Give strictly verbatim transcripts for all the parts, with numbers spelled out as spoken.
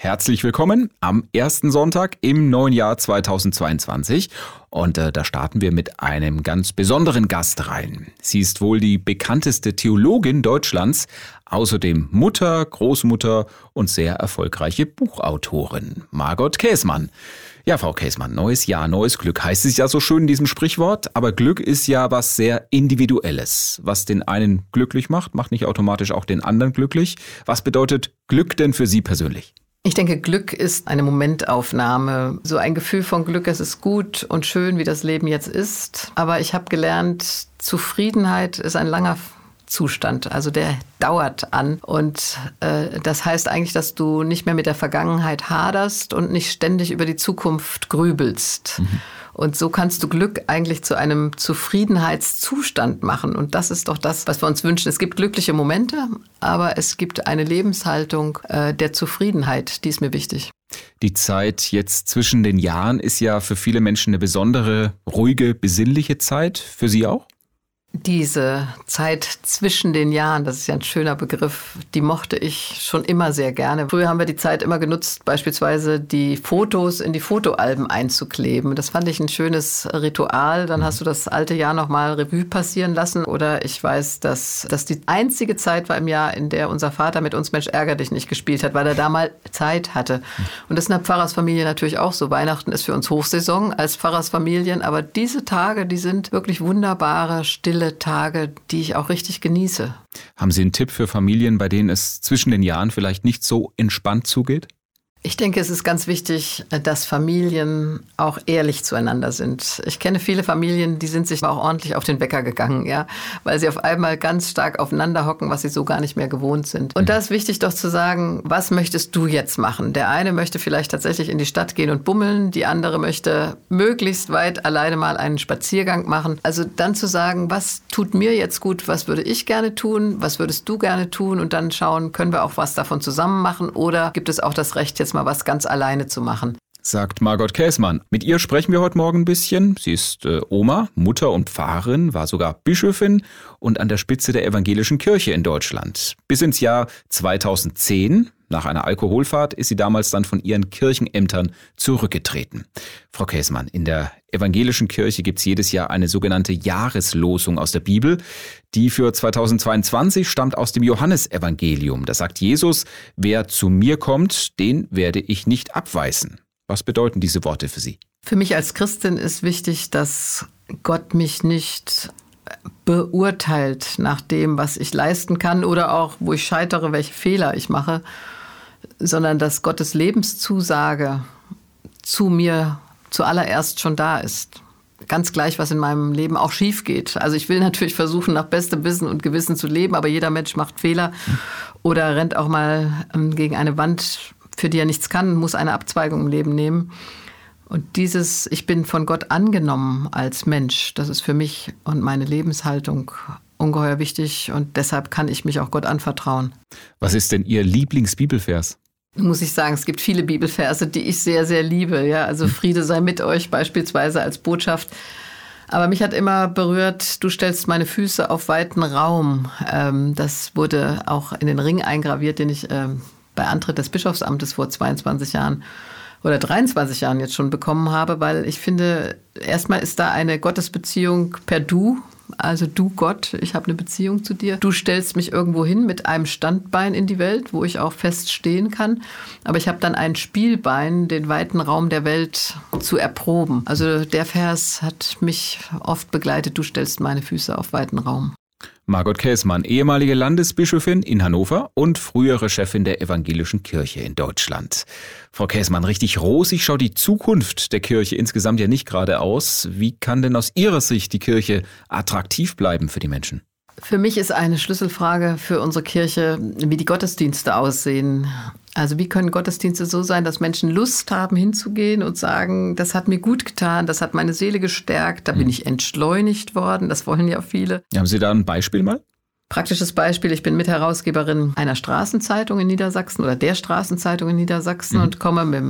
Herzlich willkommen am ersten Sonntag im neuen Jahr zweitausendzweiundzwanzig. Und äh, da starten wir mit einem ganz besonderen Gast rein. Sie ist wohl die bekannteste Theologin Deutschlands, außerdem Mutter, Großmutter und sehr erfolgreiche Buchautorin, Margot Käßmann. Ja, Frau Käßmann, neues Jahr, neues Glück heißt es ja so schön in diesem Sprichwort. Aber Glück ist ja was sehr Individuelles. Was den einen glücklich macht, macht nicht automatisch auch den anderen glücklich. Was bedeutet Glück denn für Sie persönlich? Ich denke, Glück ist eine Momentaufnahme. So ein Gefühl von Glück, es ist gut und schön, wie das Leben jetzt ist. Aber ich habe gelernt, Zufriedenheit ist ein langer Zustand. Also der dauert an. Und äh, das heißt eigentlich, dass du nicht mehr mit der Vergangenheit haderst und nicht ständig über die Zukunft grübelst. Mhm. Und so kannst du Glück eigentlich zu einem Zufriedenheitszustand machen. Und das ist doch das, was wir uns wünschen. Es gibt glückliche Momente, aber es gibt eine Lebenshaltung äh, der Zufriedenheit. Die ist mir wichtig. Die Zeit jetzt zwischen den Jahren ist ja für viele Menschen eine besondere, ruhige, besinnliche Zeit. Für Sie auch? Diese Zeit zwischen den Jahren, das ist ja ein schöner Begriff, die mochte ich schon immer sehr gerne. Früher haben wir die Zeit immer genutzt, beispielsweise die Fotos in die Fotoalben einzukleben. Das fand ich ein schönes Ritual. Dann hast du das alte Jahr nochmal Revue passieren lassen. Oder ich weiß, dass das die einzige Zeit war im Jahr, in der unser Vater mit uns Mensch ärger dich nicht gespielt hat, weil er da mal Zeit hatte. Und das ist in der Pfarrersfamilie natürlich auch so. Weihnachten ist für uns Hochsaison als Pfarrersfamilien. Aber diese Tage, die sind wirklich wunderbare, stille Tage, die ich auch richtig genieße. Haben Sie einen Tipp für Familien, bei denen es zwischen den Jahren vielleicht nicht so entspannt zugeht? Ich denke, es ist ganz wichtig, dass Familien auch ehrlich zueinander sind. Ich kenne viele Familien, die sind sich auch ordentlich auf den Wecker gegangen, ja, weil sie auf einmal ganz stark aufeinander hocken, was sie so gar nicht mehr gewohnt sind. Und da ist wichtig doch zu sagen, was möchtest du jetzt machen? Der eine möchte vielleicht tatsächlich in die Stadt gehen und bummeln, die andere möchte möglichst weit alleine mal einen Spaziergang machen. Also dann zu sagen, was tut mir jetzt gut, was würde ich gerne tun, was würdest du gerne tun und dann schauen, können wir auch was davon zusammen machen oder gibt es auch das Recht, jetzt mal was ganz alleine zu machen. Sagt Margot Käßmann. Mit ihr sprechen wir heute Morgen ein bisschen. Sie ist äh, Oma, Mutter und Pfarrerin, war sogar Bischöfin und an der Spitze der evangelischen Kirche in Deutschland. Bis ins Jahr zweitausendzehn, nach einer Alkoholfahrt, ist sie damals dann von ihren Kirchenämtern zurückgetreten. Frau Käßmann, in der evangelischen Kirche gibt es jedes Jahr eine sogenannte Jahreslosung aus der Bibel. Die für zweitausendzweiundzwanzig stammt aus dem Johannesevangelium. Da sagt Jesus, wer zu mir kommt, den werde ich nicht abweisen. Was bedeuten diese Worte für Sie? Für mich als Christin ist wichtig, dass Gott mich nicht beurteilt nach dem, was ich leisten kann oder auch, wo ich scheitere, welche Fehler ich mache, sondern dass Gottes Lebenszusage zu mir zuallererst schon da ist. Ganz gleich, was in meinem Leben auch schief geht. Also ich will natürlich versuchen, nach bestem Wissen und Gewissen zu leben, aber jeder Mensch macht Fehler oder rennt auch mal gegen eine Wand, für die er nichts kann, muss eine Abzweigung im Leben nehmen. Und dieses, ich bin von Gott angenommen als Mensch, das ist für mich und meine Lebenshaltung ungeheuer wichtig und deshalb kann ich mich auch Gott anvertrauen. Was ist denn Ihr Lieblingsbibelvers? Muss ich sagen, es gibt viele Bibelverse, die ich sehr, sehr liebe. Ja, also Friede sei mit euch beispielsweise als Botschaft. Aber mich hat immer berührt, du stellst meine Füße auf weiten Raum. Das wurde auch in den Ring eingraviert, den ich bei Antritt des Bischofsamtes vor zweiundzwanzig Jahren oder dreiundzwanzig Jahren jetzt schon bekommen habe, weil ich finde, erstmal ist da eine Gottesbeziehung per Du, also du Gott, ich habe eine Beziehung zu dir. Du stellst mich irgendwo hin mit einem Standbein in die Welt, wo ich auch fest stehen kann, aber ich habe dann ein Spielbein, den weiten Raum der Welt zu erproben. Also der Vers hat mich oft begleitet, du stellst meine Füße auf weiten Raum. Margot Käßmann, ehemalige Landesbischöfin in Hannover und frühere Chefin der evangelischen Kirche in Deutschland. Frau Käßmann, richtig rosig schaut die Zukunft der Kirche insgesamt ja nicht gerade aus. Wie kann denn aus Ihrer Sicht die Kirche attraktiv bleiben für die Menschen? Für mich ist eine Schlüsselfrage für unsere Kirche, wie die Gottesdienste aussehen. Also wie können Gottesdienste so sein, dass Menschen Lust haben hinzugehen und sagen, das hat mir gut getan, das hat meine Seele gestärkt, da bin ich entschleunigt worden, das wollen ja viele. Haben Sie da ein Beispiel mal? Praktisches Beispiel, ich bin Mitherausgeberin einer Straßenzeitung in Niedersachsen oder der Straßenzeitung in Niedersachsen mhm. und komme mit dem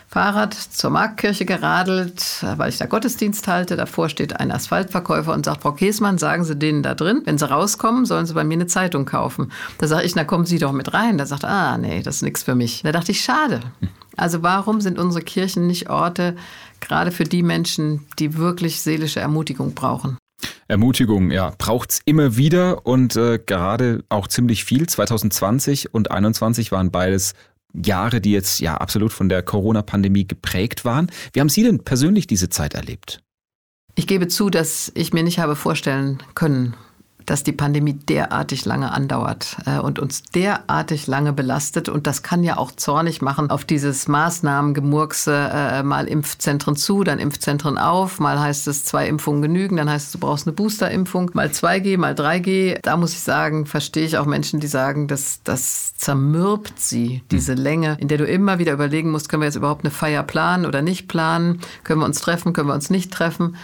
Fahrrad zur Marktkirche geradelt, weil ich da Gottesdienst halte. Davor steht ein Asphaltverkäufer und sagt, Frau Käßmann, sagen Sie denen da drin, wenn Sie rauskommen, sollen Sie bei mir eine Zeitung kaufen. Da sage ich, na kommen Sie doch mit rein. Da sagt er, ah nee, das ist nichts für mich. Da dachte ich, schade. Also warum sind unsere Kirchen nicht Orte, gerade für die Menschen, die wirklich seelische Ermutigung brauchen? Ermutigung, ja, braucht's immer wieder und äh, gerade auch ziemlich viel. zwanzig zwanzig und einundzwanzig waren beides Jahre, die jetzt ja absolut von der Corona-Pandemie geprägt waren. Wie haben Sie denn persönlich diese Zeit erlebt? Ich gebe zu, dass ich mir nicht habe vorstellen können, dass die Pandemie derartig lange andauert und uns derartig lange belastet. Und das kann ja auch zornig machen auf dieses Maßnahmengemurkse, mal Impfzentren zu, dann Impfzentren auf, mal heißt es, zwei Impfungen genügen, dann heißt es, du brauchst eine Boosterimpfung, mal zwei G, mal drei G. Da muss ich sagen, verstehe ich auch Menschen, die sagen, das, das zermürbt sie, diese Länge, in der du immer wieder überlegen musst, können wir jetzt überhaupt eine Feier planen oder nicht planen, können wir uns treffen, können wir uns nicht treffen.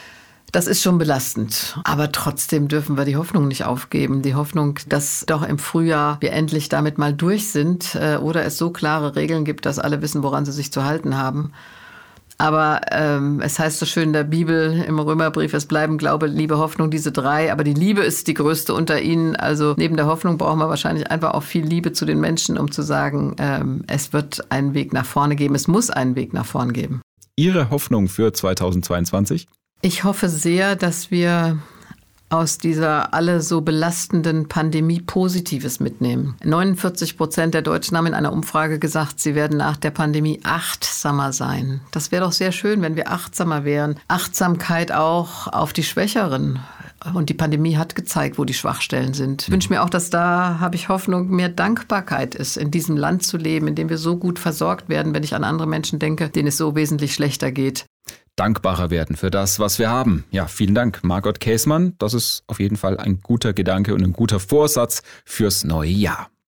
Das ist schon belastend. Aber trotzdem dürfen wir die Hoffnung nicht aufgeben. Die Hoffnung, dass doch im Frühjahr wir endlich damit mal durch sind oder es so klare Regeln gibt, dass alle wissen, woran sie sich zu halten haben. Aber ähm, es heißt so schön in der Bibel, im Römerbrief, es bleiben Glaube, Liebe, Hoffnung, diese drei. Aber die Liebe ist die größte unter ihnen. Also neben der Hoffnung brauchen wir wahrscheinlich einfach auch viel Liebe zu den Menschen, um zu sagen, ähm, es wird einen Weg nach vorne geben. Es muss einen Weg nach vorne geben. Ihre Hoffnung für zweitausendzweiundzwanzig? Ich hoffe sehr, dass wir aus dieser alle so belastenden Pandemie Positives mitnehmen. neunundvierzig Prozent der Deutschen haben in einer Umfrage gesagt, sie werden nach der Pandemie achtsamer sein. Das wäre doch sehr schön, wenn wir achtsamer wären. Achtsamkeit auch auf die Schwächeren. Und die Pandemie hat gezeigt, wo die Schwachstellen sind. Ich wünsche mir auch, dass da, habe ich Hoffnung, mehr Dankbarkeit ist, in diesem Land zu leben, in dem wir so gut versorgt werden, wenn ich an andere Menschen denke, denen es so wesentlich schlechter geht. Dankbarer werden für das, was wir haben. Ja, vielen Dank, Margot Käßmann. Das ist auf jeden Fall ein guter Gedanke und ein guter Vorsatz fürs neue Jahr.